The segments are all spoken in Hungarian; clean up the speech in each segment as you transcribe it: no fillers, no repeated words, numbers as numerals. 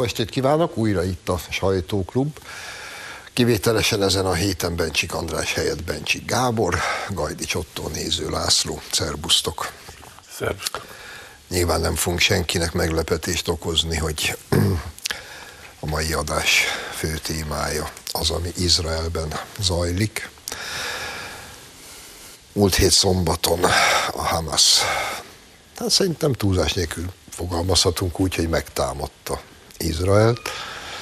Jó estét kívánok, újra itt a Sajtóklub. Kivételesen ezen a héten Bencsik András helyett Bencsik Gábor, Gajdics Ottó, Néző László. Szerbusztok! Szerbusztok! Nyilván nem fogunk senkinek meglepetést okozni, hogy a mai adás fő témája az, ami Izraelben zajlik. Múlt hét szombaton a Hamas, hát szerintem túlzás nélkül fogalmazhatunk úgy, hogy megtámadta Izraelt.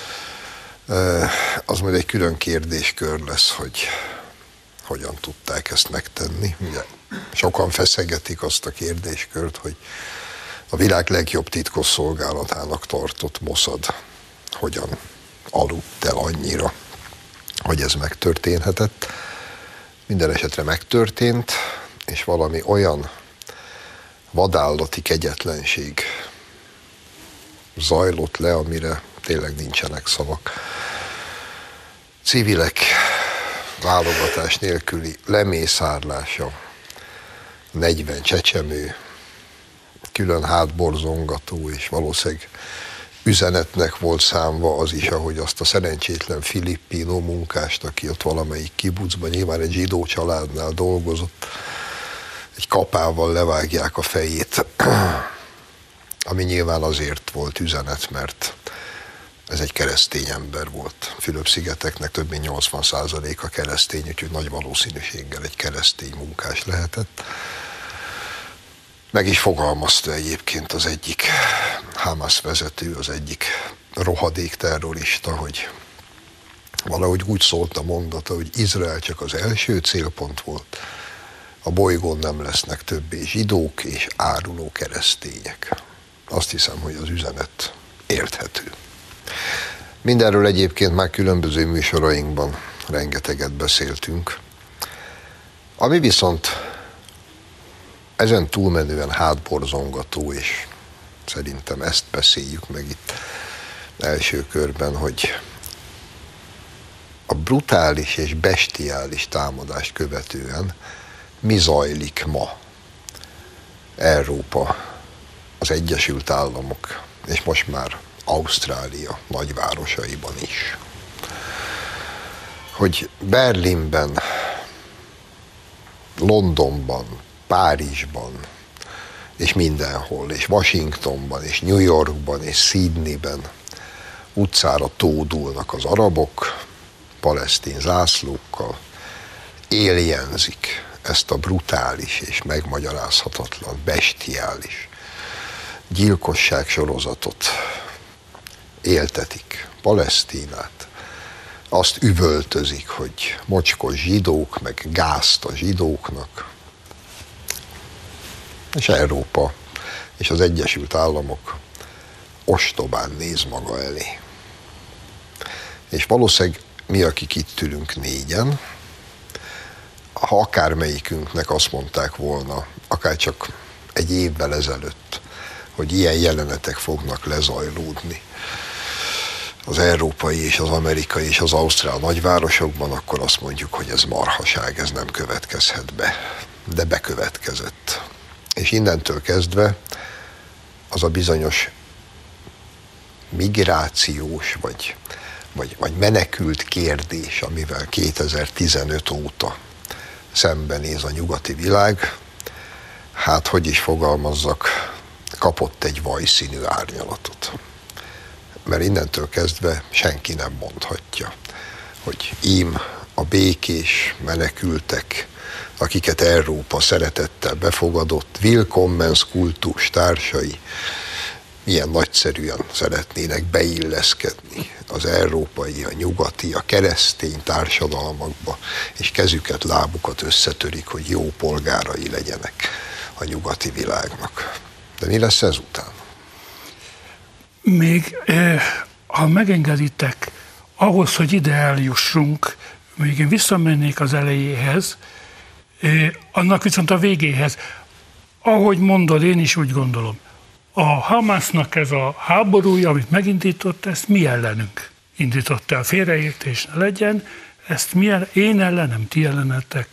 Az majd egy külön kérdéskör lesz, hogy hogyan tudták ezt megtenni. Ugye sokan feszegetik azt a kérdéskört, hogy a világ legjobb titkosszolgálatának tartott Mossad hogyan aludt el annyira, hogy ez megtörténhetett. Minden esetre megtörtént, és valami olyan vadállati kegyetlenség zajlott le, amire tényleg nincsenek szavak. Civilek válogatás nélküli lemészárlása, 40 csecsemő, külön hátborzongató, és valószínűleg üzenetnek volt számva az is, ahogy azt a szerencsétlen filippino munkást, aki ott valamelyik kibucban, nyilván egy zsidó családnál dolgozott, egy kapával levágják a fejét, ami nyilván azért volt üzenet, mert ez egy keresztény ember volt. Fülöp-szigeteknek több mint 80%-a keresztény, úgyhogy nagy valószínűséggel egy keresztény munkás lehetett. Meg is fogalmazta egyébként az egyik Hamas vezető, az egyik rohadék terrorista, hogy valahogy úgy szólt a mondata, hogy Izrael csak az első célpont volt, a bolygón nem lesznek többé zsidók és áruló keresztények. Azt hiszem, hogy az üzenet érthető. Mindenről egyébként már különböző műsorainkban rengeteget beszéltünk. Ami viszont ezen túlmenően hátborzongató, és szerintem ezt beszéljük meg itt első körben, hogy a brutális és bestiális támadást követően mi zajlik ma Európa, az Egyesült Államok, és most már Ausztrália nagyvárosaiban is. Hogy Berlinben, Londonban, Párizsban, és mindenhol, és Washingtonban, és New Yorkban, és Sydneyben utcára tódulnak az arabok, palesztin zászlókkal, éljenzik ezt a brutális és megmagyarázhatatlan, bestiális gyilkosság sorozatot, éltetik Palesztinát, azt üvöltözik, hogy mocskos zsidók, meg gázt a zsidóknak, és Európa és az Egyesült Államok ostobán néz maga elé. És valószínűleg mi, akik itt ülünk négyen, ha akármelyikünknek azt mondták volna, akár csak egy évvel ezelőtt, hogy ilyen jelenetek fognak lezajlódni az európai és az amerikai és az ausztrál nagyvárosokban, akkor azt mondjuk, hogy ez marhaság, ez nem következhet be. De bekövetkezett. És innentől kezdve az a bizonyos migrációs vagy menekült kérdés, amivel 2015 óta szembenéz a nyugati világ, hát hogy is fogalmazzak, kapott egy vajszínű árnyalatot. Mert innentől kezdve senki nem mondhatja, hogy ím a békés menekültek, akiket Európa szeretettel befogadott, willkommens kultus társai milyen nagyszerűen szeretnének beilleszkedni az európai, a nyugati, a keresztény társadalmakba, és kezüket, lábukat összetörik, hogy jó polgárai legyenek a nyugati világnak. De mi lesz ezután? Még, ha megengeditek, ahhoz, hogy ide eljussunk, még én visszamennék az elejéhez, annak viszont a végéhez. Ahogy mondod, én is úgy gondolom. A Hamasnak ez a háborúja, amit megindított, ezt mi ellenünk indított el, félreértés ne legyen, ezt én ellenem, ti ellenetek,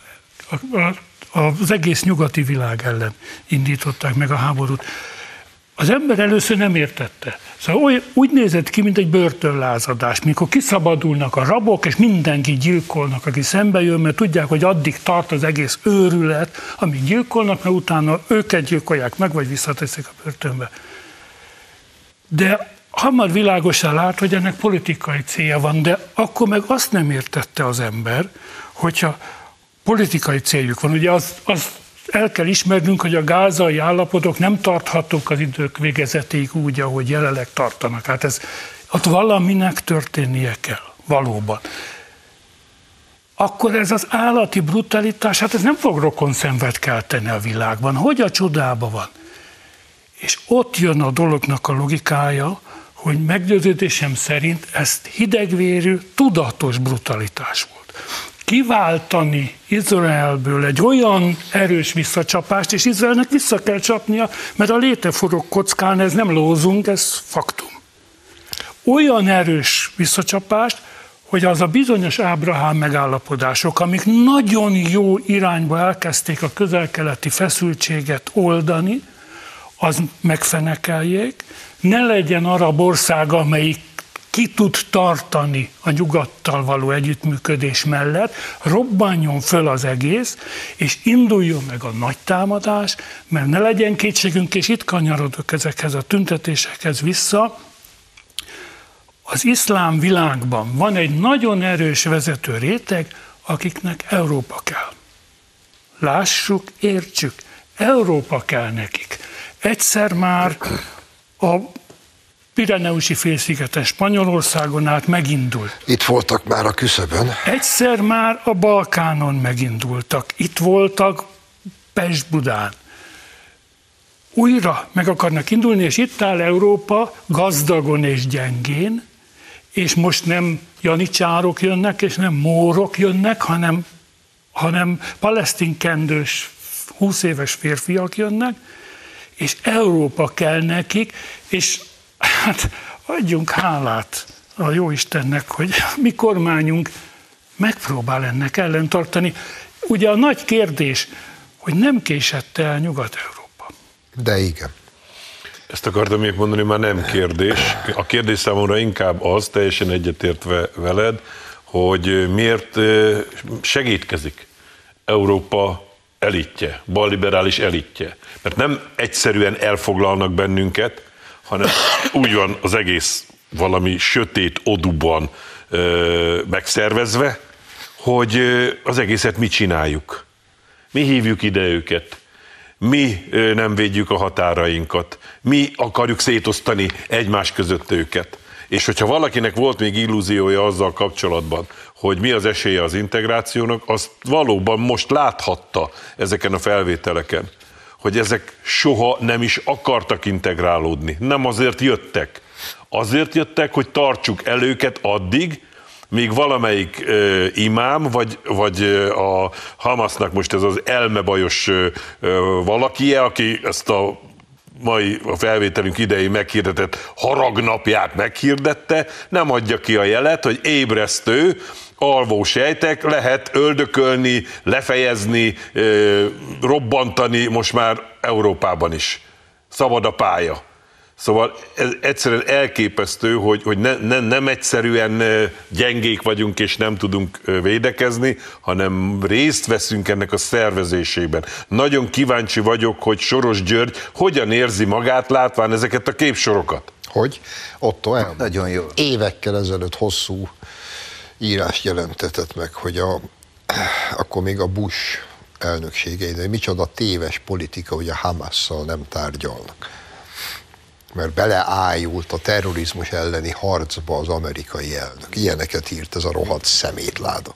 az egész nyugati világ ellen indították meg a háborút. az ember először nem értette. Szóval úgy nézett ki, mint egy börtönlázadás, mikor kiszabadulnak a rabok, és mindenki gyilkolnak, aki szembe jön, mert tudják, hogy addig tart az egész őrület, amíg gyilkolnak, mert utána őket gyilkolják meg, vagy visszateszik a börtönbe. De hamar világosan lát, hogy ennek politikai célja van, de akkor meg azt nem értette az ember, hogyha politikai céljuk van. Ugye az el kell ismernünk, hogy a gázai állapotok nem tarthatók az idők végezetéig úgy, ahogy jelenleg tartanak. Hát ott valaminek történnie kell, valóban. Akkor ez az állati brutalitás, hát ez nem fog rokonszenvet kelteni a világban. Hogy a csodában van? És ott jön a dolognak a logikája, hogy meggyőződésem szerint ez hidegvérű, tudatos brutalitás volt. Kiváltani Izraelből egy olyan erős visszacsapást, és Izraelnek vissza kell csapnia, mert a léte forog kockán, ez nem lózunk, ez faktum. Olyan erős visszacsapást, hogy az a bizonyos Ábrahám megállapodások, amik nagyon jó irányba elkezdték a közel-keleti feszültséget oldani, az megfenekeljék, ne legyen arab ország, amelyik ki tud tartani a nyugattal való együttműködés mellett, robbanjon föl az egész, és induljon meg a nagy támadás, mert ne legyen kétségünk, és itt kanyarodok ezekhez a tüntetésekhez vissza. Az iszlám világban van egy nagyon erős vezető réteg, akiknek Európa kell. Lássuk, értsük, Európa kell nekik. Egyszer már a Pireneusi félszigeten, Spanyolországon át megindult. Itt voltak már a küszöbön. Egyszer már a Balkánon megindultak. Itt voltak Pest-Budán. Újra meg akarnak indulni, és itt áll Európa gazdagon és gyengén, és most nem janicsárok jönnek, és nem mórok jönnek, hanem palesztin kendős 20 éves férfiak jönnek, és Európa kell nekik, és hát adjunk hálát a Jóistennek, hogy mi kormányunk megpróbál ennek ellen tartani. Ugye a nagy kérdés, hogy nem késett el Nyugat-Európa. De igen. Ezt akartam még mondani, már nem kérdés. A kérdés számomra inkább az, teljesen egyetértve veled, hogy miért segítkezik Európa elitje, balliberális elitje. Mert nem egyszerűen elfoglalnak bennünket, hanem úgy van az egész valami sötét oduban megszervezve, hogy az egészet mi csináljuk. Mi hívjuk ide őket, mi nem védjük a határainkat, mi akarjuk szétosztani egymás között őket. És hogyha valakinek volt még illúziója azzal kapcsolatban, hogy mi az esélye az integrációnak, azt valóban most láthatta ezeken a felvételeken, hogy ezek soha nem is akartak integrálódni. Nem azért jöttek. Azért jöttek, hogy tartsuk el őket addig, míg valamelyik imám, vagy a Hamasnak most ez az elmebajos valakie, aki ezt a mai a felvételünk idején meghirdetett haragnapját meghirdette, nem adja ki a jelet, hogy ébresztő, alvó sejtek, lehet öldökölni, lefejezni, robbantani most már Európában is. Szabad a pálya. Szóval ez egyszerűen elképesztő, hogy nem egyszerűen gyengék vagyunk és nem tudunk védekezni, hanem részt veszünk ennek a szervezésében. Nagyon kíváncsi vagyok, hogy Soros György hogyan érzi magát látván ezeket a képsorokat. Hogy? Otto elmond. Nagyon jó. Évekkel ezelőtt hosszú írást jelentetett meg, hogy akkor még a Bush elnökségei, de micsoda téves politika, hogy a Hamasszal nem tárgyalnak. Mert beleájult a terrorizmus elleni harcba az amerikai elnök. Ilyeneket írt ez a rohadt szemétláda.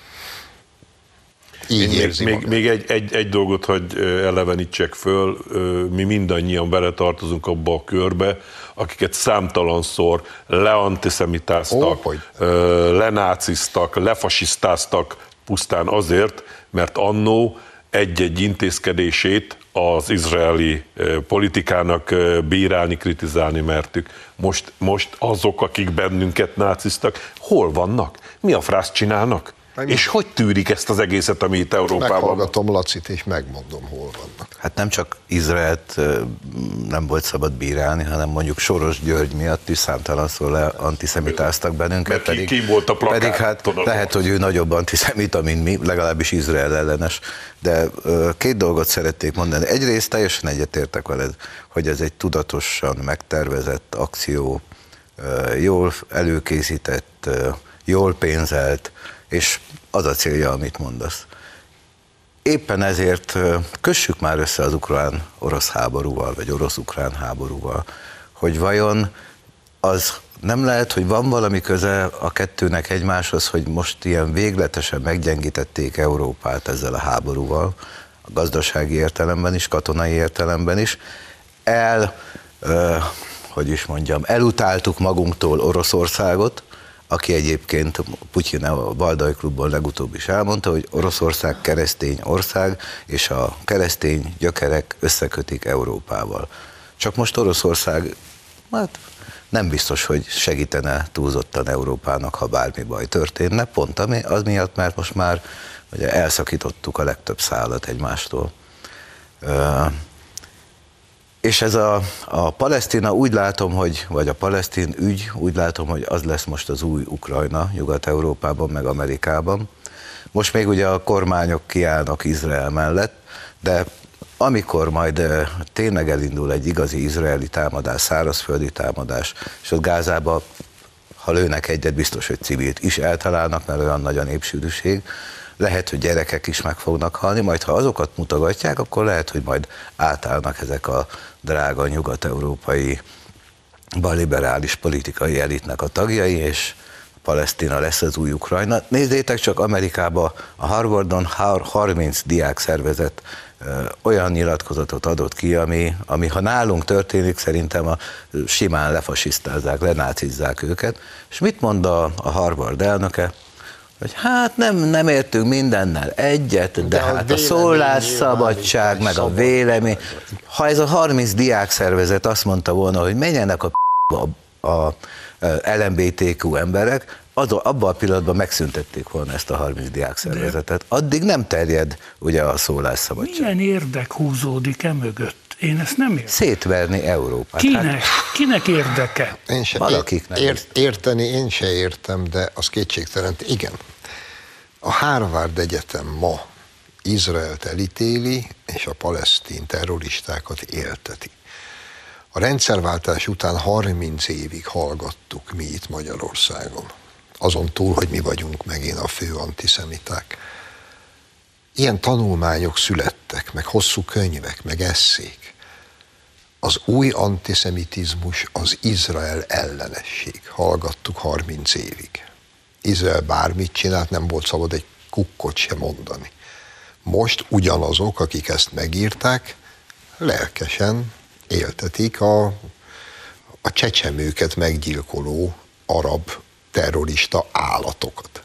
Így érzi magát. Még egy dolgot, hogy elevenítsek föl, mi mindannyian beletartozunk abba a körbe, akiket számtalanszor leantiszemitáztak, lenáciztak, lefasisztáztak pusztán azért, mert annó egy-egy intézkedését az izraeli politikának bírálni, kritizálni mertük. Most azok, akik bennünket náciztak, hol vannak? Mi a frászt csinálnak? És hogy tűrik ezt az egészet, ami itt Európában? Meghallgatom Lacit, és megmondom, hol vannak. Hát nem csak Izraelt nem volt szabad bírálni, hanem mondjuk Soros György miatt is számtalanszor antiszemitáztak bennünket. Ki volt a plakát? Pedig hát lehet, hogy ő nagyobb antiszemita, mint mi, legalábbis Izrael ellenes. De két dolgot szerették mondani. Egyrészt teljesen egyetértek veled, hogy ez egy tudatosan megtervezett akció, jól előkészített, jól pénzelt, és az a célja, amit mondasz. Éppen ezért kössük már össze az ukrán-orosz háborúval, vagy orosz-ukrán háborúval, hogy vajon az nem lehet, hogy van valami köze a kettőnek egymáshoz, hogy most ilyen végletesen meggyengítették Európát ezzel a háborúval, a gazdasági értelemben is, katonai értelemben is, elutáltuk magunktól Oroszországot, aki egyébként Putyin a Valdai Klubban legutóbb is elmondta, hogy Oroszország keresztény ország, és a keresztény gyökerek összekötik Európával. Csak most Oroszország hát nem biztos, hogy segítene túlzottan Európának, ha bármi baj történne, pont az miatt, mert most már ugye elszakítottuk a legtöbb szálat egymástól. És ez a Palesztina úgy látom, vagy a palesztin ügy, úgy látom, hogy az lesz most az új Ukrajna Nyugat-Európában, meg Amerikában. Most még ugye a kormányok kiállnak Izrael mellett, de amikor majd tényleg elindul egy igazi izraeli támadás, szárazföldi támadás, és ott Gázába, ha lőnek egyet, biztos, hogy civilt is eltalálnak, mert olyan nagy a népsűrűség, lehet, hogy gyerekek is meg fognak halni, majd ha azokat mutogatják, akkor lehet, hogy majd átállnak ezek a drága nyugat-európai balliberális politikai elitnek a tagjai, és Palesztina lesz az új Ukrajna. Nézzétek csak, Amerikában a Harvardon 30 diák szervezet olyan nyilatkozatot adott ki, ami ha nálunk történik, szerintem simán lefasisztázzák, lenácizzák őket. És mit mond a Harvard elnöke? Hogy hát nem értünk mindennel egyet, de hát a szólásszabadság, meg a vélemény. Ha ez a 30 diák szervezet azt mondta volna, hogy menjenek a LMBTQ emberek, abban a pillanatban megszüntették volna ezt a 30 diák szervezetet. Addig nem terjed ugye a szólásszabadság. Milyen érdek húzódik mögött? Én ezt nem értem. Szétverni Európát. Kinek érdeke? Érteni én se értem, de az kétségtelen, igen. A Harvard Egyetem ma Izraelt elítéli, és a palesztin terroristákat élteti. A rendszerváltás után 30 évig hallgattuk mi itt Magyarországon. Azon túl, hogy mi vagyunk megint a fő antiszemiták. Ilyen tanulmányok születtek, meg hosszú könyvek, meg esszék. Az új antiszemitizmus az Izrael ellenesség. Hallgattuk 30 évig. Izrael bármit csinált, nem volt szabad egy kukkot sem mondani. Most ugyanazok, akik ezt megírták, lelkesen éltetik a csecsemőket meggyilkoló arab terrorista állatokat.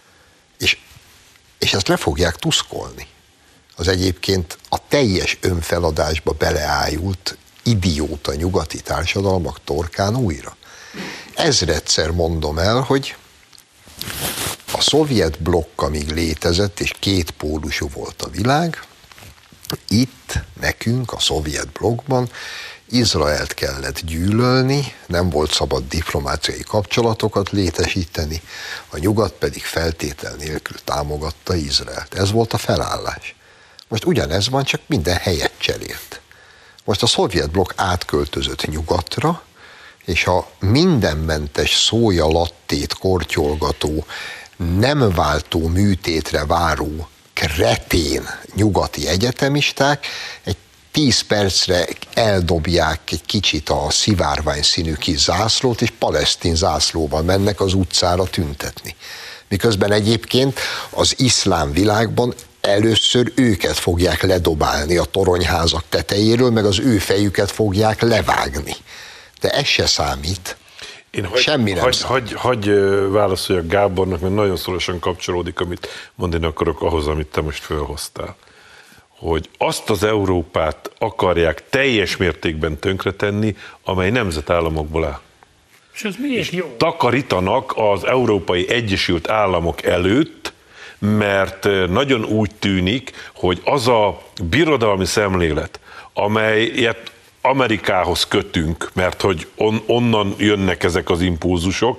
És ezt le fogják tuszkolni. Az egyébként a teljes önfeladásba beleájult idióta nyugati társadalmak torkán újra. Ezredszer mondom el, hogy a szovjet blokk, amíg létezett, és kétpólusú volt a világ, itt nekünk, a szovjet blokkban Izraelt kellett gyűlölni, nem volt szabad diplomáciai kapcsolatokat létesíteni, a nyugat pedig feltétel nélkül támogatta Izraelt. Ez volt a felállás. Most ugyanez van, csak minden helyet cserélt. Most a szovjet blokk átköltözött nyugatra, és a mindenmentes szója lattét kortyolgató, nem váltó műtétre váró kretén nyugati egyetemisták egy 10 percre eldobják egy kicsit a szivárvány színű kis zászlót, és palesztin zászlóval mennek az utcára tüntetni. Miközben egyébként az iszlám világban először őket fogják ledobálni a toronyházak tetejéről, meg az ő fejüket fogják levágni. De ez se számít. Semmi nem számít. Hagy válaszoljak Gábornak, mert nagyon szorosan kapcsolódik, amit mondani akarok ahhoz, amit te most felhoztál. Hogy azt az Európát akarják teljes mértékben tönkretenni, amely nemzetállamokból áll. És ez miért jó? Takarítanak az Európai Egyesült Államok előtt, mert nagyon úgy tűnik, hogy az a birodalmi szemlélet, amelyet Amerikához kötünk, mert hogy onnan jönnek ezek az impulzusok,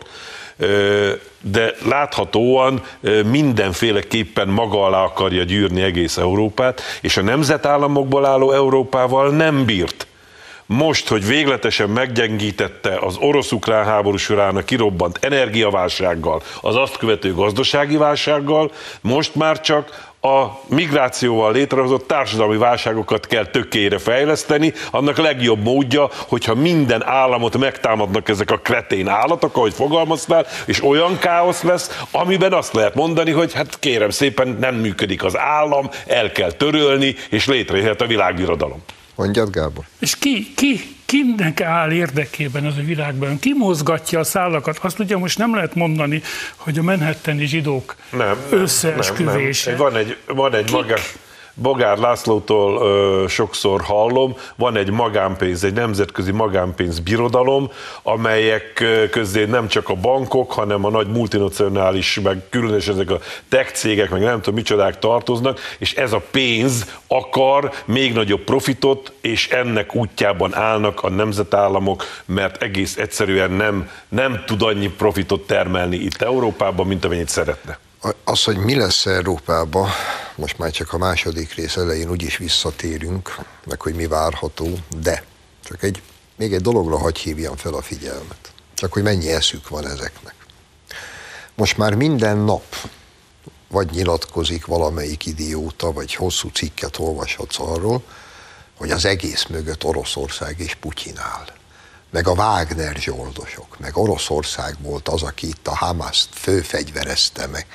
de láthatóan mindenféleképpen maga alá akarja gyűrni egész Európát, és a nemzetállamokból álló Európával nem bírt. Most, hogy végletesen meggyengítette az orosz-ukrán háború során a kirobbant energiaválsággal, az azt követő gazdasági válsággal, most már csak a migrációval létrehozott társadalmi válságokat kell tökére fejleszteni. Annak legjobb módja, hogyha minden államot megtámadnak ezek a kretén állatok, ahogy fogalmaztál, és olyan káosz lesz, amiben azt lehet mondani, hogy hát kérem szépen, nem működik az állam, el kell törölni, és létrejöhet a világbirodalom. Mondjad, Gábor. És kinek áll érdekében az a világban? Ki mozgatja a szálakat? Azt ugye most nem lehet mondani, hogy a manhattani zsidók összeesküvése. Van egy Bogár Lászlótól sokszor hallom, van egy magánpénz, egy nemzetközi magánpénz birodalom, amelyek közé nem csak a bankok, hanem a nagy multinacionális, meg különösen ezek a tech cégek, meg nem tudom micsodák tartoznak, és ez a pénz akar még nagyobb profitot, és ennek útjában állnak a nemzetállamok, mert egész egyszerűen nem tud annyi profitot termelni itt Európában, mint amennyit szeretne. Az, hogy mi lesz Európában, most már csak a második rész elején úgyis visszatérünk, meg hogy mi várható, de csak még egy dologra hadd hívjam fel a figyelmet. Csak hogy mennyi eszük van ezeknek. Most már minden nap vagy nyilatkozik valamelyik idióta, vagy hosszú cikket olvashatsz arról, hogy az egész mögött Oroszország és Putyin áll. Meg a Wagner zsoldosok, meg Oroszország volt az, aki itt a Hamaszt főfegyverezte meg.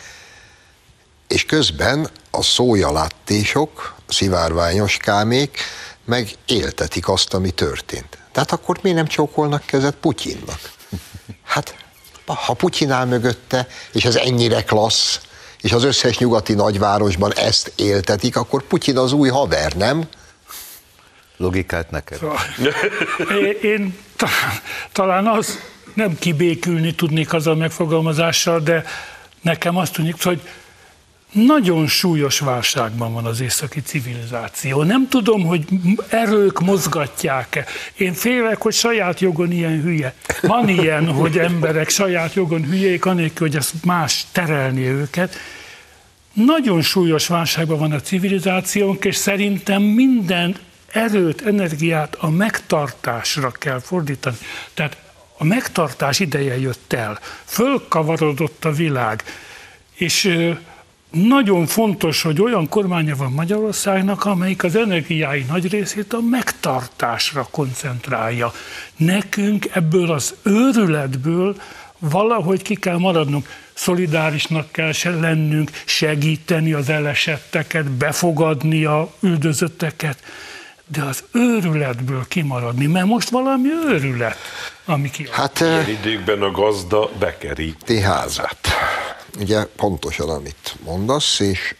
És közben a szójaláttésok, szivárványos kámék meg éltetik azt, ami történt. Tehát akkor miért nem csókolnak kezet Putyinnak? Hát, ha Putyin áll mögötte, és ez ennyire klassz, és az összes nyugati nagyvárosban ezt éltetik, akkor Putyin az új haver, nem? Logikát neked. Én talán az nem kibékülni tudnék azzal a megfogalmazással, de nekem azt tűnik, hogy nagyon súlyos válságban van az északi civilizáció. Nem tudom, hogy erők mozgatják-e. Én félek, hogy saját jogon ilyen hülye. Van ilyen, hogy emberek saját jogon hülyék, anélkül, hogy ezt más terelni őket. Nagyon súlyos válságban van a civilizációnk, és szerintem minden erőt, energiát a megtartásra kell fordítani. Tehát a megtartás ideje jött el, fölkavarodott a világ, és nagyon fontos, hogy olyan kormánya van Magyarországnak, amelyik az energiái nagy részét a megtartásra koncentrálja. Nekünk ebből az őrületből valahogy ki kell maradnunk. Szolidárisnak kell lennünk, segíteni az elesetteket, befogadni a üldözötteket, de az őrületből kimaradni, mert most valami őrület, ami kiad. Hát ilyen időkben a gazda bekeríti házát. Ugye pontosan, amit mondasz, és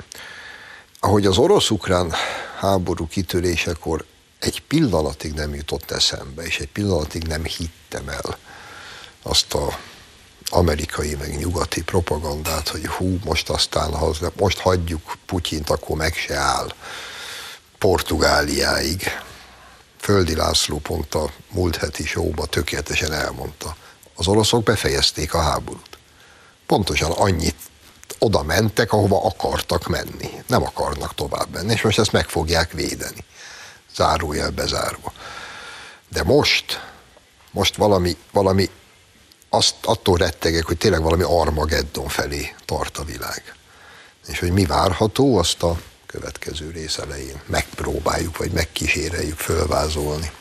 ahogy az orosz-ukrán háború kitörésekor egy pillanatig nem jutott eszembe, és egy pillanatig nem hittem el azt az amerikai, meg nyugati propagandát, hogy most aztán, ha most hagyjuk Putyint, akkor meg se áll Portugáliáig. Földi László pont a múlt heti showba tökéletesen elmondta. Az oroszok befejezték a háborút. Pontosan annyit oda mentek, ahova akartak menni. Nem akarnak tovább menni, és most ezt meg fogják védeni. Zárójel bezárva. De most valami attól rettegek, hogy tényleg valami Armageddon felé tart a világ. És hogy mi várható, azt a következő rész elején megpróbáljuk, vagy megkíséreljük fölvázolni.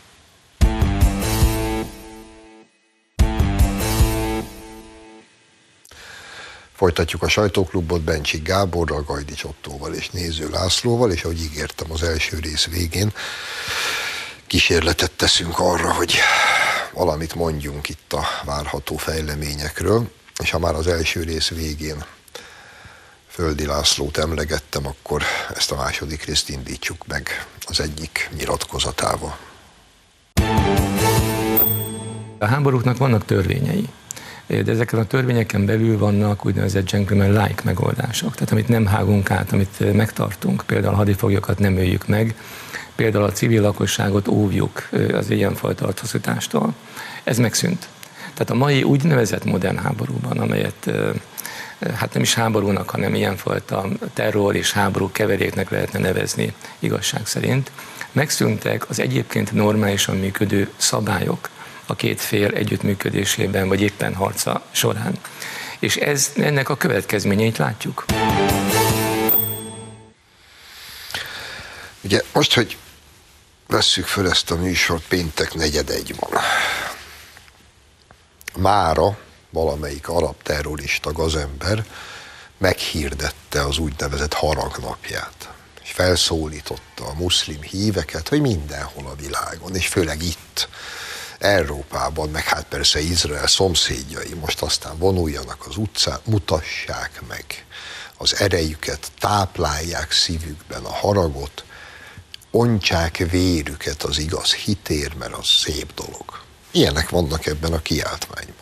Folytatjuk a sajtóklubot Bencsik Gáborral, Gajdics Ottóval és Néző Lászlóval, és ahogy ígértem az első rész végén, kísérletet teszünk arra, hogy valamit mondjunk itt a várható fejleményekről, és ha már az első rész végén Földi Lászlót emlegettem, akkor ezt a második részt indítsuk meg az egyik nyilatkozatával. A háborúknak vannak törvényei. de ezeken a törvényeken belül vannak úgynevezett gentleman-like megoldások, tehát amit nem hágunk át, amit megtartunk, például a hadifoglyokat nem öljük meg, például a civil lakosságot óvjuk az ilyenfajta atrocitástól. Ez megszűnt. Tehát a mai úgynevezett modern háborúban, amelyet hát nem is háborúnak, hanem ilyenfajta terror és háború keveréknek lehetne nevezni igazság szerint, megszűntek az egyébként normálisan működő szabályok a két fél együttműködésében, vagy éppen harca során. És ennek a következményeit látjuk. Ugye most, hogy vesszük föl ezt a műsort, péntek 4:41 van. Mára valamelyik arab terrorista gazember meghirdette az úgynevezett haragnapját, és felszólította a muszlim híveket, hogy mindenhol a világon, és főleg itt, Európában, meg hát persze Izrael szomszédjai most aztán vonuljanak az utcán, mutassák meg az erejüket, táplálják szívükben a haragot, ontsák vérüket az igaz hitér, mert az szép dolog. Ilyenek vannak ebben a kiáltványban.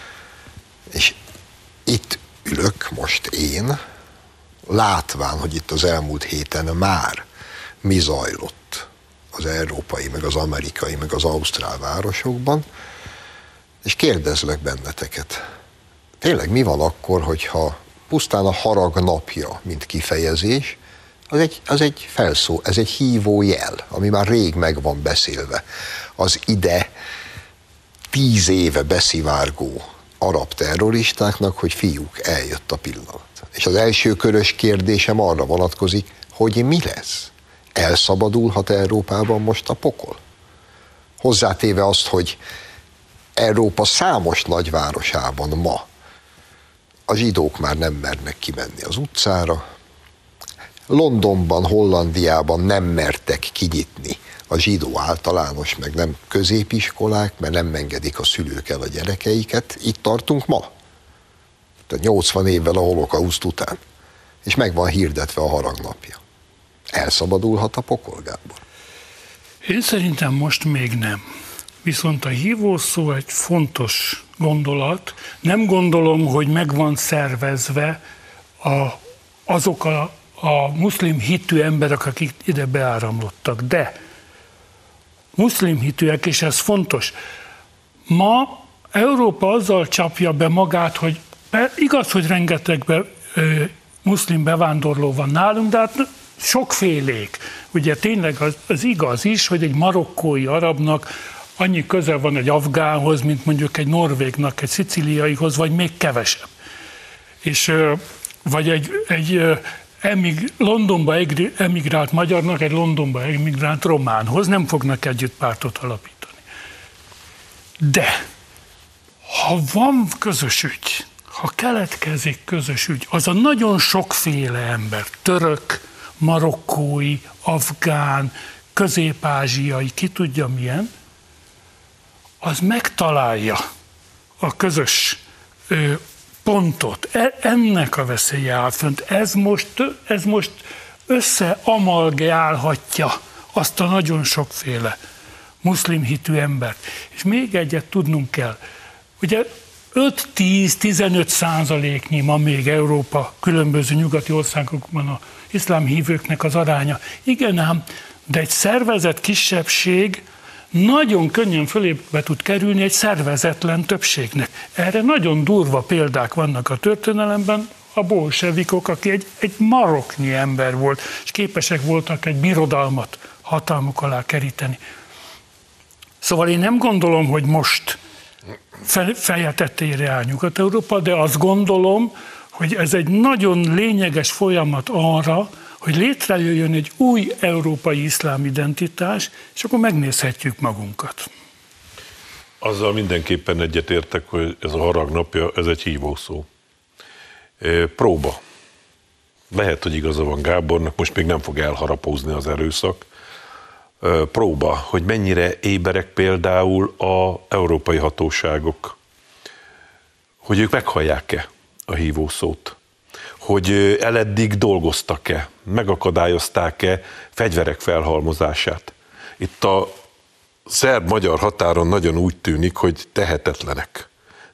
És itt ülök most én, látván, hogy itt az elmúlt héten már mi zajlott az európai, meg az amerikai, meg az ausztrál városokban, és kérdezlek benneteket, tényleg mi van akkor, hogyha pusztán a harag napja, mint kifejezés, ez egy hívó jel, ami már rég meg van beszélve. Az ide 10 éve beszivárgó arab terroristáknak, hogy fiúk, eljött a pillanat. És az első körös kérdésem arra vonatkozik, hogy mi lesz? Elszabadulhat Európában most a pokol? Hozzátéve azt, hogy Európa számos nagyvárosában ma a zsidók már nem mernek kimenni az utcára, Londonban, Hollandiában nem mertek kinyitni a zsidó általános, meg nem középiskolák, mert nem engedik a szülők el a gyerekeiket. Itt tartunk ma. Tehát 80 évvel a holokauszt után. És meg van hirdetve a haragnapja. Elszabadulhat a pokol, Gábor? Én szerintem most még nem. Viszont a hívószó egy fontos gondolat. Nem gondolom, hogy meg van szervezve azok a muszlim hitű emberek, akik ide beáramlottak. De muszlim hitűek, és ez fontos. Ma Európa azzal csapja be magát, hogy igaz, hogy rengeteg muszlim bevándorló van nálunk, de hát sokfélék. Ugye tényleg az igaz is, hogy egy marokkói arabnak annyi köze van egy afgánhoz, mint mondjuk egy norvégnak, egy szicíliaihoz, vagy még kevesebb. És vagy egy Londonba emigrált magyarnak egy Londonba emigrált románhoz nem fognak együtt pártot alapítani. De ha van közös ügy, ha keletkezik közös ügy, az a nagyon sokféle ember, török, marokkói, afgán, közép-ázsiai, ki tudja milyen, az megtalálja a közös pontot. Ennek a veszélye áll fönt. Ez most összeamalgálhatja azt a nagyon sokféle muszlim hitű embert. És még egyet tudnunk kell. Ugye 5-10-15% ma még Európa különböző nyugati országokban az iszlám hívőknek az aránya. Igen ám, de egy szervezett kisebbség nagyon könnyen fölébe tud kerülni egy szervezetlen többségnek. Erre nagyon durva példák vannak a történelemben, a bolsevikok, aki egy maroknyi ember volt, és képesek voltak egy birodalmat hatalmuk alá keríteni. Szóval én nem gondolom, hogy most feje tettére áll Nyugat-Európa, de azt gondolom, hogy ez egy nagyon lényeges folyamat arra, hogy létrejöjjön egy új európai iszlám identitás, és akkor megnézhetjük magunkat. Azzal mindenképpen egyetértek, hogy ez a haragnapja, ez egy hívószó. Próba. Lehet, hogy igaza van Gábornak, most még nem fog elharapózni az erőszak. Próba, hogy mennyire éberek például az európai hatóságok, hogy ők meghallják-e a hívószót, hogy eleddig dolgoztak-e, megakadályozták-e fegyverek felhalmozását. Itt a szerb-magyar határon nagyon úgy tűnik, hogy tehetetlenek.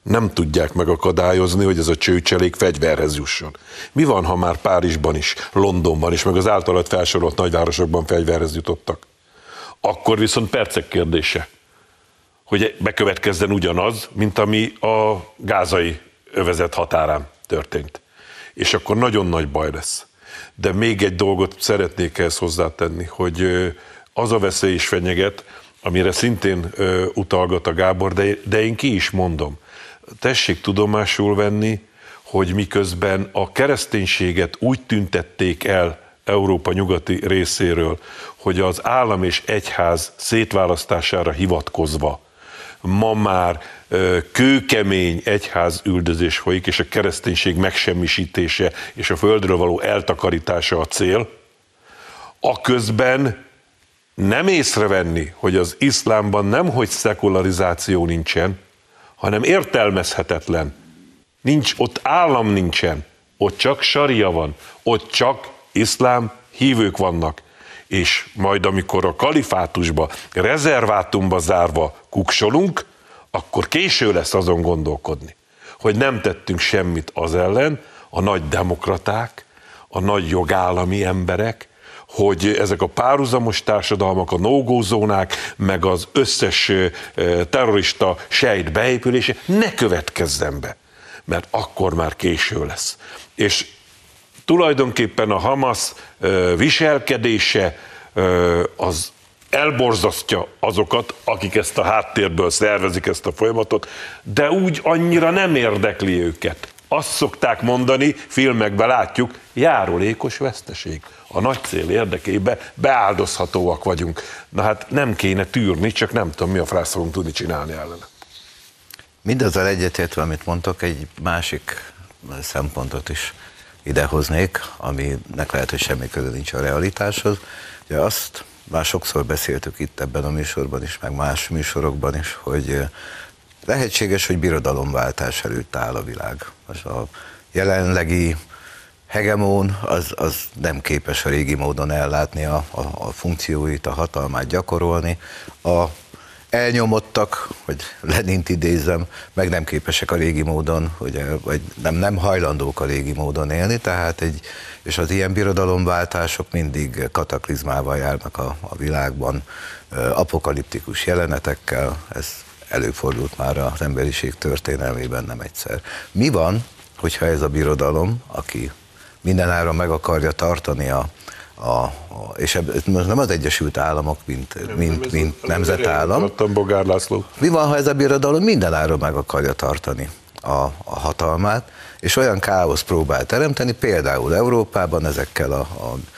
nem tudják megakadályozni, hogy ez a csőcselék fegyverhez jusson. Mi van, ha már Párizsban is, Londonban is, meg az általad felsorolt nagyvárosokban fegyverhez jutottak? Akkor viszont percek kérdése, hogy bekövetkezzen ugyanaz, mint ami a gázai övezet határán történt. És akkor nagyon nagy baj lesz. De még egy dolgot szeretnék ehhez hozzátenni, hogy az a veszély is fenyeget, amire szintén utalgat a Gábor, de én ki is mondom. Tessék tudomásul venni, hogy miközben a kereszténységet úgy tüntették el Európa nyugati részéről, hogy az állam és egyház szétválasztására hivatkozva ma már kőkemény egyházüldözés folyik, és a kereszténység megsemmisítése és a földről való eltakarítása a cél, aközben nem észrevenni, hogy az iszlámban nemhogy szekularizáció nincsen, hanem értelmezhetetlen. Ott állam nincsen, ott csak saria van, ott csak iszlám hívők vannak. És majd amikor a kalifátusba, rezervátumba zárva kuksolunk, akkor késő lesz azon gondolkodni, hogy nem tettünk semmit az ellen, a nagy demokraták, a nagy jogállami emberek, hogy ezek a párhuzamos társadalmak, a no-go zónák, meg az összes terrorista sejt beépülése ne következzen be, mert akkor már késő lesz. És tulajdonképpen a Hamas viselkedése az elborzasztja azokat, akik ezt a háttérből szervezik ezt a folyamatot, de úgy annyira nem érdekli őket. Azt szokták mondani, filmekben látjuk, járulékos veszteség. A nagy cél érdekében beáldozhatóak vagyunk. Na hát nem kéne tűrni, csak nem tudom, mi a frász fogunk tudni csinálni ellene. Mindazzal egyetértve, amit mondtok, egy másik szempontot is idehoznék, aminek lehet, hogy semmi köze nincs a realitáshoz. Ugye azt már sokszor beszéltük itt ebben a műsorban is, meg más műsorokban is, hogy lehetséges, hogy birodalomváltás előtt áll a világ. Most a jelenlegi hegemón az nem képes a régi módon ellátni a funkcióit, a hatalmát gyakorolni. A elnyomottak, hogy Lenint idézem, meg nem képesek a régi módon, vagy nem hajlandók a régi módon élni, és az ilyen birodalomváltások mindig kataklizmával járnak a világban, apokaliptikus jelenetekkel, ez előfordult már az emberiség történelmében nem egyszer. Mi van, hogyha ez a birodalom, aki mindenáron meg akarja tartani és nem az Egyesült Államok, mint nemzetállam. Mi van, ha ez a birodalom mindenáron meg akarja tartani a hatalmát, és olyan káosz próbál teremteni, például Európában ezekkel a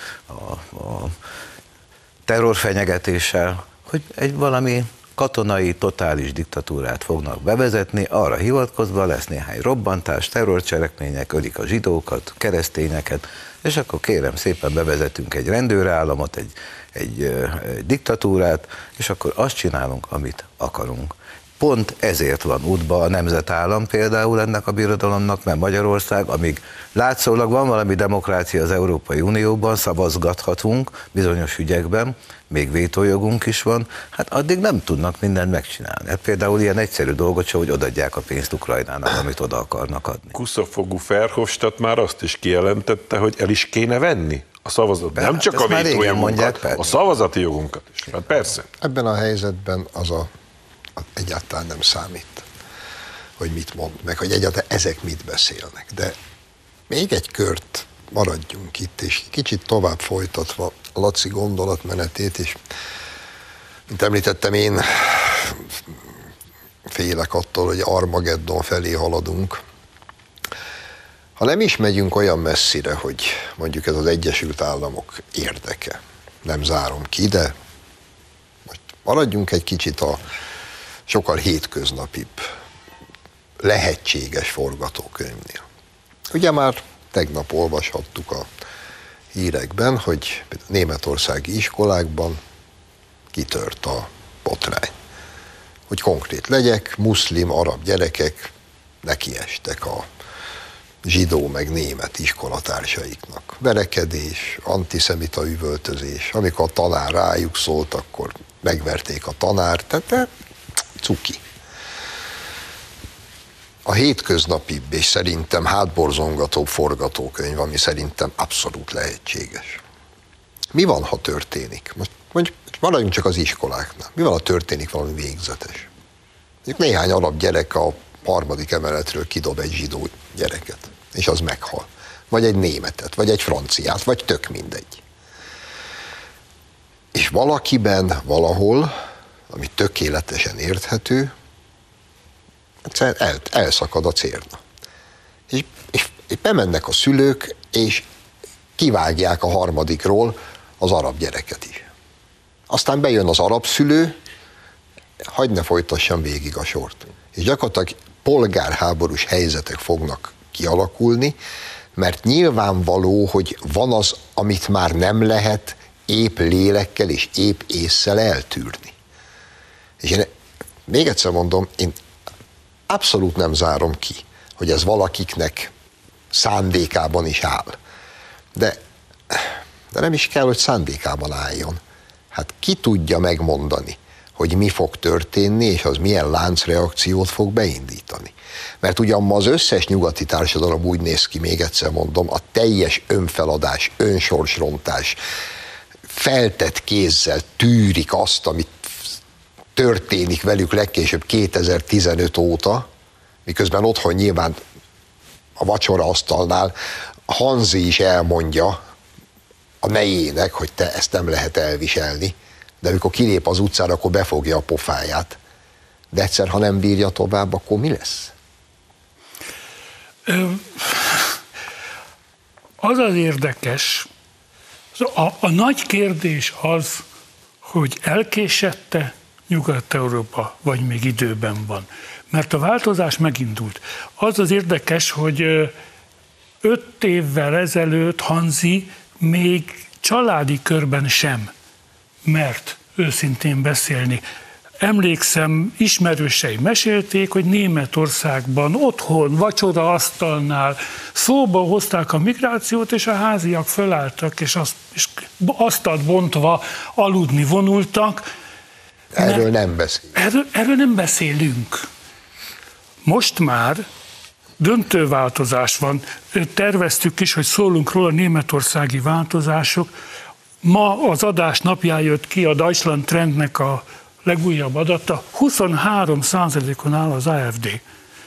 terrorfenyegetéssel, hogy egy valami katonai, totális diktatúrát fognak bevezetni, arra hivatkozva lesz néhány robbantás, terrorcselekmények, ölik a zsidókat, keresztényeket, és akkor kérem szépen bevezetünk egy rendőrállamot, egy diktatúrát, és akkor azt csinálunk, amit akarunk. Pont ezért van útba a nemzetállam például ennek a birodalomnak, mert Magyarország, amíg látszólag van valami demokrácia az Európai Unióban, szavazgathatunk bizonyos ügyekben, még vétójogunk is van, hát addig nem tudnak mindent megcsinálni. Hát például ilyen egyszerű dolgot sem, hogy odaadják a pénzt Ukrajnának, amit oda akarnak adni. Kuszafogú Verhofstadt már azt is kijelentette, hogy el is kéne venni a szavazatot. Nem csak a vétójogunkat, a szavazati jogunkat is. Hát persze. Ebben a helyzetben az egyáltalán nem számít, hogy mit mond, meg hogy egyáltalán ezek mit beszélnek. De még egy kört maradjunk itt, és kicsit tovább folytatva a Laci gondolatmenetét, és mint említettem, én félek attól, hogy Armageddon felé haladunk. Ha nem is megyünk olyan messzire, hogy mondjuk ez az Egyesült Államok érdeke, nem zárom ki, de most maradjunk egy kicsit a sokkal hétköznapibb, lehetséges forgatókönyvnél. Ugye már tegnap olvashattuk a hírekben, hogy németországi iskolákban kitört a botrány. Hogy konkrét legyek, muszlim, arab gyerekek nekiestek a zsidó meg német iskolatársaiknak. Verekedés, antiszemita üvöltözés, amikor a tanár rájuk szólt, akkor megverték a tanárt, tehát cuki. a hétköznapibb és szerintem hátborzongatóbb forgatókönyv, ami szerintem abszolút lehetséges. Mi van, ha történik? Most maradjunk csak az iskoláknál. Mi van, ha történik valami végzetes? Néhány arab gyerek a 3. emeletről kidob egy zsidó gyereket, és az meghal. Vagy egy németet, vagy egy franciát, vagy tök mindegy. És valakiben, valahol, ami tökéletesen érthető, elszakad a cérna. És bemennek a szülők, és kivágják a 3-ról az arab gyereket is. Aztán bejön az arab szülő, hagyd ne folytassam végig a sort. És gyakorlatilag polgárháborús helyzetek fognak kialakulni, mert nyilvánvaló, hogy van az, amit már nem lehet épp lélekkel és épp ésszel eltűrni. És én még egyszer mondom, én abszolút nem zárom ki, hogy ez valakiknek szándékában is áll. De nem is kell, hogy szándékában álljon. Hát ki tudja megmondani, hogy mi fog történni, és az milyen láncreakciót fog beindítani. Mert ugyan ma az összes nyugati társadalom úgy néz ki, még egyszer mondom, a teljes önfeladás, önsorsrontás, feltett kézzel tűrik azt, amit történik velük legkésőbb 2015 óta, miközben otthon nyilván a vacsoraasztalnál Hanzi is elmondja a nejének, hogy te ezt nem lehet elviselni, de amikor kilép az utcára, akkor befogja a pofáját. De egyszer, ha nem bírja tovább, akkor mi lesz? Az az érdekes, a nagy kérdés az, hogy elkésette Nyugat-Európa, vagy még időben van. Mert a változás megindult. Az az érdekes, hogy 5 évvel ezelőtt Hanzi még családi körben sem mert őszintén beszélni. Emlékszem, ismerősei mesélték, hogy Németországban, otthon, vacsoraasztalnál szóba hozták a migrációt, és a háziak fölálltak, és asztalt bontva aludni vonultak. Erről nem beszélünk. Erről nem beszélünk. Most már döntő változás van. Terveztük is, hogy szólunk róla, németországi változások. Ma az adás napján jött ki a Deutschland Trendnek a legújabb adata. 23%-on áll az AfD.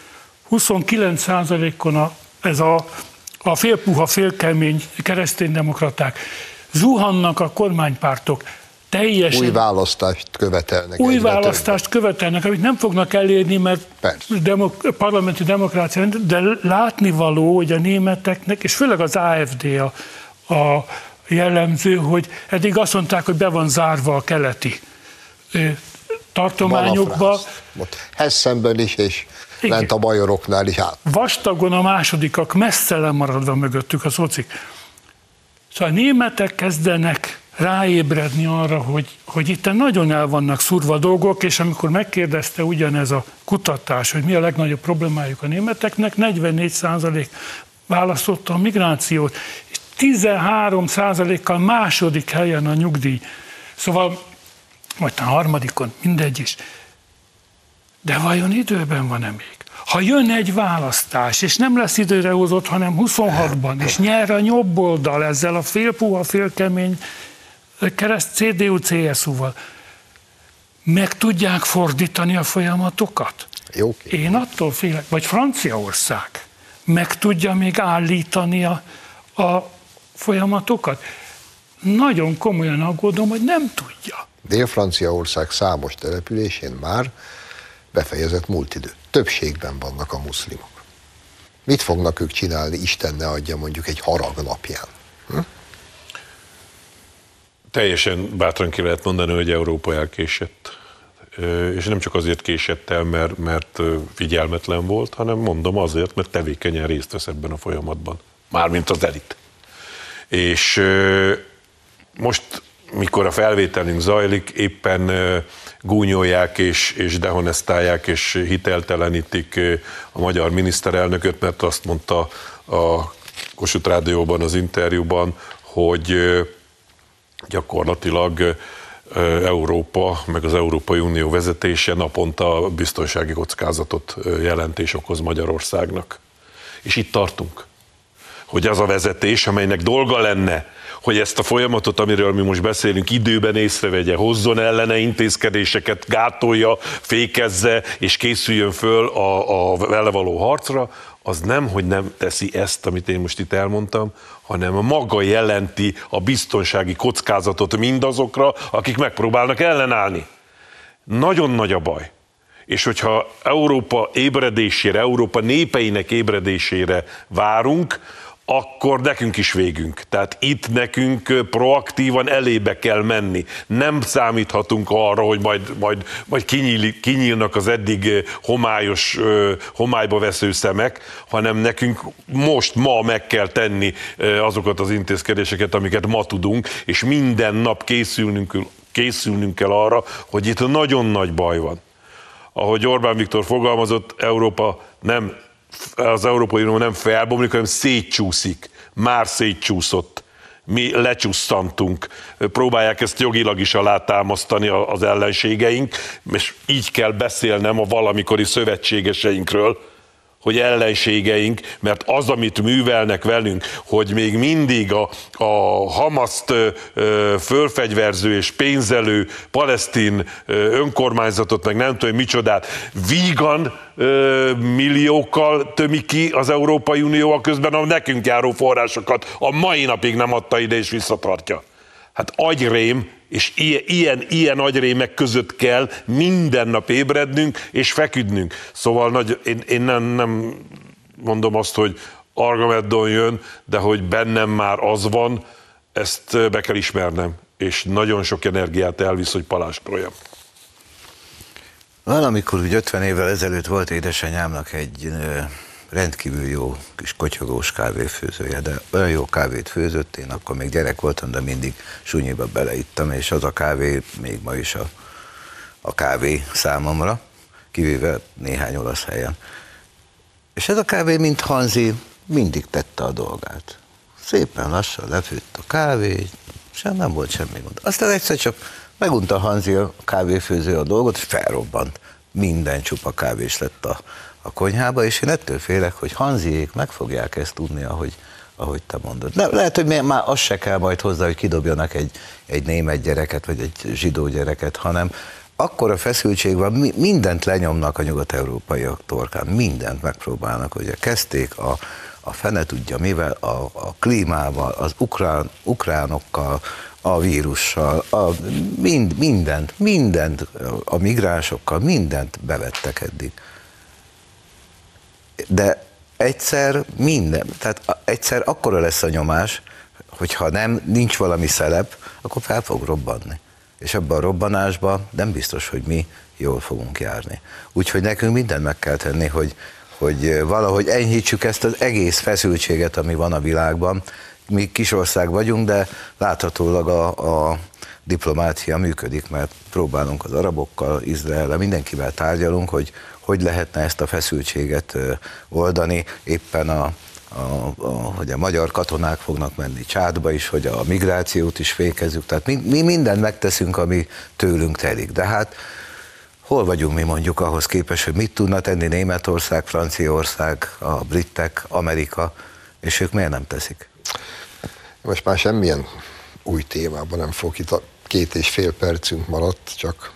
29%-on ez a félpuha, félkemény kereszténydemokraták. Zuhannak a kormánypártok. Teljesen új választást követelnek. Új választást követelnek, amit nem fognak elérni, mert parlamenti demokrácia, de látnivaló, hogy a németeknek, és főleg az AfD a jellemző, hogy eddig azt mondták, hogy be van zárva a keleti tartományokba. Hessenből is, és igen, lent a bajoroknál is át. Vastagon a másodikak, messze lemaradva mögöttük a szocik. Szóval a németek kezdenek ráébredni arra, hogy itt nagyon el vannak szúrva dolgok, és amikor megkérdezte ugyanez a kutatás, hogy mi a legnagyobb problémájuk a németeknek, 44% választotta a migrációt, és 13%-kal második helyen a nyugdíj. Szóval, vagy a harmadikon, mindegy is. De vajon időben van-e még? Ha jön egy választás, és nem lesz időre hozott, hanem 26-ban, és nyer a jobb oldal ezzel a félpuha, félkemény kereszt CDU-CSU-val, meg tudják fordítani a folyamatokat? Jó. Én attól félek, vagy Franciaország meg tudja még állítani a folyamatokat? Nagyon komolyan aggódom, hogy nem tudja. Dél-Franciaország számos településén már befejezett múlt idő. Többségben vannak a muszlimok. Mit fognak ők csinálni, Isten ne adja, mondjuk egy harag napján? Teljesen bátran ki lehet mondani, hogy Európa elkésett. És nem csak azért késett el, mert figyelmetlen volt, hanem mondom azért, mert tevékenyen részt vesz ebben a folyamatban. Mármint az elit. És most, mikor a felvételünk zajlik, éppen gúnyolják és dehonestálják és hiteltelenítik a magyar miniszterelnököt, mert azt mondta a Kossuth Rádióban az interjúban, hogy gyakorlatilag Európa, meg az Európai Unió vezetése naponta biztonsági kockázatot jelent és okoz Magyarországnak. És itt tartunk, hogy az a vezetés, amelynek dolga lenne, hogy ezt a folyamatot, amiről mi most beszélünk, időben észrevegye, hozzon ellene intézkedéseket, gátolja, fékezze, és készüljön föl a vele való harcra, az nem, hogy nem teszi ezt, amit én most itt elmondtam, hanem maga jelenti a biztonsági kockázatot mindazokra, akik megpróbálnak ellenállni. Nagyon nagy a baj. És hogyha Európa ébredésére, Európa népeinek ébredésére várunk, akkor nekünk is végünk. Tehát itt nekünk proaktívan elébe kell menni. Nem számíthatunk arra, hogy majd kinyílnak az eddig homályba vesző szemek, hanem nekünk ma meg kell tenni azokat az intézkedéseket, amiket ma tudunk, és minden nap készülnünk kell arra, hogy itt nagyon nagy baj van. Ahogy Orbán Viktor fogalmazott, az Európai Unió nem felbomlik, hanem szétcsúszik. Már szétcsúszott. Mi lecsusszantunk. Próbálják ezt jogilag is alátámasztani az ellenségeink, és így kell beszélnem a valamikori szövetségeseinkről, hogy ellenségeink, mert az, amit művelnek velünk, hogy még mindig a Hamaszt fölfegyverző és pénzelő palesztin önkormányzatot, meg nem tudom micsodát, vígan milliókkal tömi ki az Európai Unió, közben a nekünk járó forrásokat a mai napig nem adta ide és visszatartja. Hát agyrém, és ilyen agyrémek között kell minden nap ébrednünk és feküdnünk. Szóval én nem mondom azt, hogy Armageddon jön, de hogy bennem már az van, ezt be kell ismernem, és nagyon sok energiát elvisz, hogy palásproljam. Valamikor úgy 50 évvel ezelőtt volt édesanyámnak egy rendkívül jó kis kotyogós kávéfőzője, de olyan jó kávét főzött, én akkor még gyerek voltam, de mindig sunyiba beleittam, és az a kávé még ma is a kávé számomra, kivéve néhány olasz helyen. És ez a kávé, mint Hanzi, mindig tette a dolgát. Szépen lassan lefőtt a kávé, és nem volt semmi gond. Aztán egyszer csak megunta Hanzi a kávéfőző a dolgot, és felrobbant. Minden csupa kávés lett a konyhába, és én ettől félek, hogy Hanziék meg fogják ezt tudni, ahogy te mondod. Lehet, hogy már az se kell majd hozzá, hogy kidobjanak egy német gyereket, vagy egy zsidó gyereket, hanem akkora feszültség van, mindent lenyomnak a nyugat-európaiak torkán, mindent megpróbálnak, ugye kezdték a fene tudja mivel, a klímával, az ukránokkal, a vírussal, mindent, a migránsokkal, mindent bevettek eddig. De egyszer akkora lesz a nyomás, hogyha nincs valami szelep, akkor fel fog robbanni. És ebben a robbanásban nem biztos, hogy mi jól fogunk járni. Úgyhogy nekünk mindent meg kell tenni, hogy valahogy enyhítsük ezt az egész feszültséget, ami van a világban. Mi kis ország vagyunk, de láthatólag a diplomácia működik, mert próbálunk az arabokkal, Izraellel, mindenkivel tárgyalunk, hogy lehetne ezt a feszültséget oldani. Éppen hogy a magyar katonák fognak menni Csádba is, hogy a migrációt is fékezzük. Tehát mi mindent megteszünk, ami tőlünk telik. De hát hol vagyunk mi mondjuk ahhoz képest, hogy mit tudna tenni Németország, Franciaország, a britek, Amerika, és ők miért nem teszik? Most már semmilyen új témában nem fog, itt a 2,5 percünk maradt, csak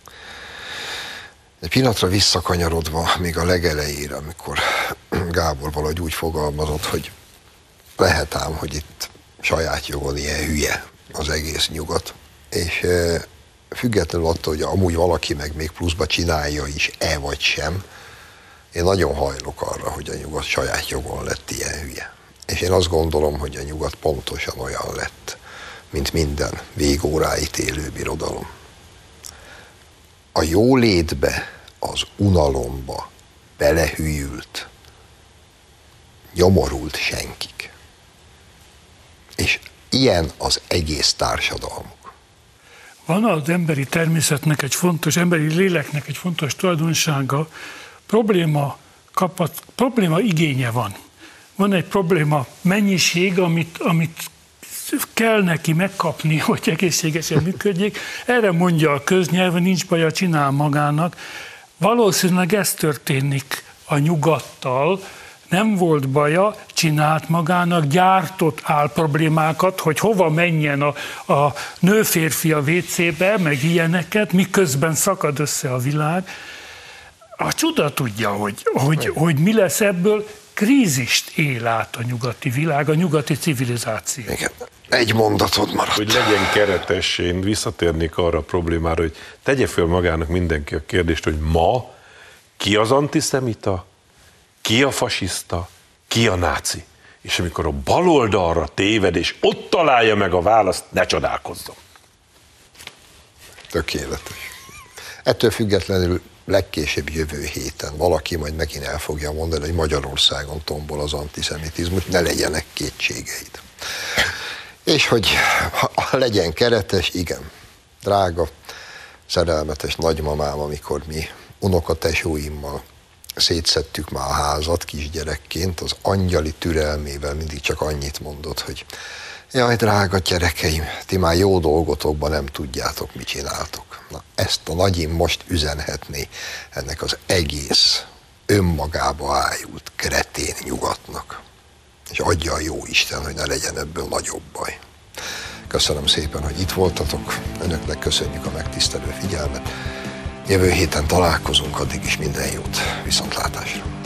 egy pillanatra visszakanyarodva még a legelejére, amikor Gábor valahogy úgy fogalmazott, hogy lehet ám, hogy itt saját jogon ilyen hülye az egész nyugat, és függetlenül attól, hogy amúgy valaki meg még pluszba csinálja is-e vagy sem, én nagyon hajlok arra, hogy a nyugat saját jogon lett ilyen hülye. És én azt gondolom, hogy a nyugat pontosan olyan lett, mint minden végóráit élő birodalom. A jólétbe, az unalomba belehűült, nyomorult senkik. És ilyen az egész társadalmuk. Van az emberi természetnek egy fontos, emberi léleknek egy fontos tulajdonsága, probléma igénye van. Van egy probléma mennyiség, amit kell neki megkapni, hogy egészségesen működjék. Erre mondja a köznyelv, nincs baja, csinál magának. Valószínűleg ez történik a nyugattal, nem volt baja, csinált magának, gyártott álproblémákat, hogy hova menjen a nő-férfi a WC-be, meg ilyeneket, miközben szakad össze a világ. A csuda tudja, hogy mi lesz ebből, krízist él át a nyugati világ, a nyugati civilizáció. Igen. Egy mondatod maradt. Hogy legyen keretes, én visszatérnék arra a problémára, hogy tegye föl magának mindenki a kérdést, hogy ma ki az antiszemita, ki a fasiszta, ki a náci. És amikor a baloldalra téved, és ott találja meg a választ, ne csodálkozzon. Tökéletes. Ettől függetlenül legkésőbb jövő héten valaki majd megint el fogja mondani, hogy Magyarországon tombol az antiszemitizmus, ne legyenek kétségeid. És hogy legyen keretes, igen, drága, szerelmetes nagymamám, amikor mi unokatesóimmal szétszedtük már a házat kisgyerekként, az angyali türelmével mindig csak annyit mondott, hogy jaj, drága gyerekeim, ti már jó dolgotokban nem tudjátok, mit csináltok. Na, ezt a nagyim most üzenhetné ennek az egész önmagába ájult kretén nyugatnak. És adja a jó Isten, hogy ne legyen ebből nagyobb baj. Köszönöm szépen, hogy itt voltatok. Önöknek köszönjük a megtisztelő figyelmet. Jövő héten találkozunk, addig is minden jót. Viszontlátásra!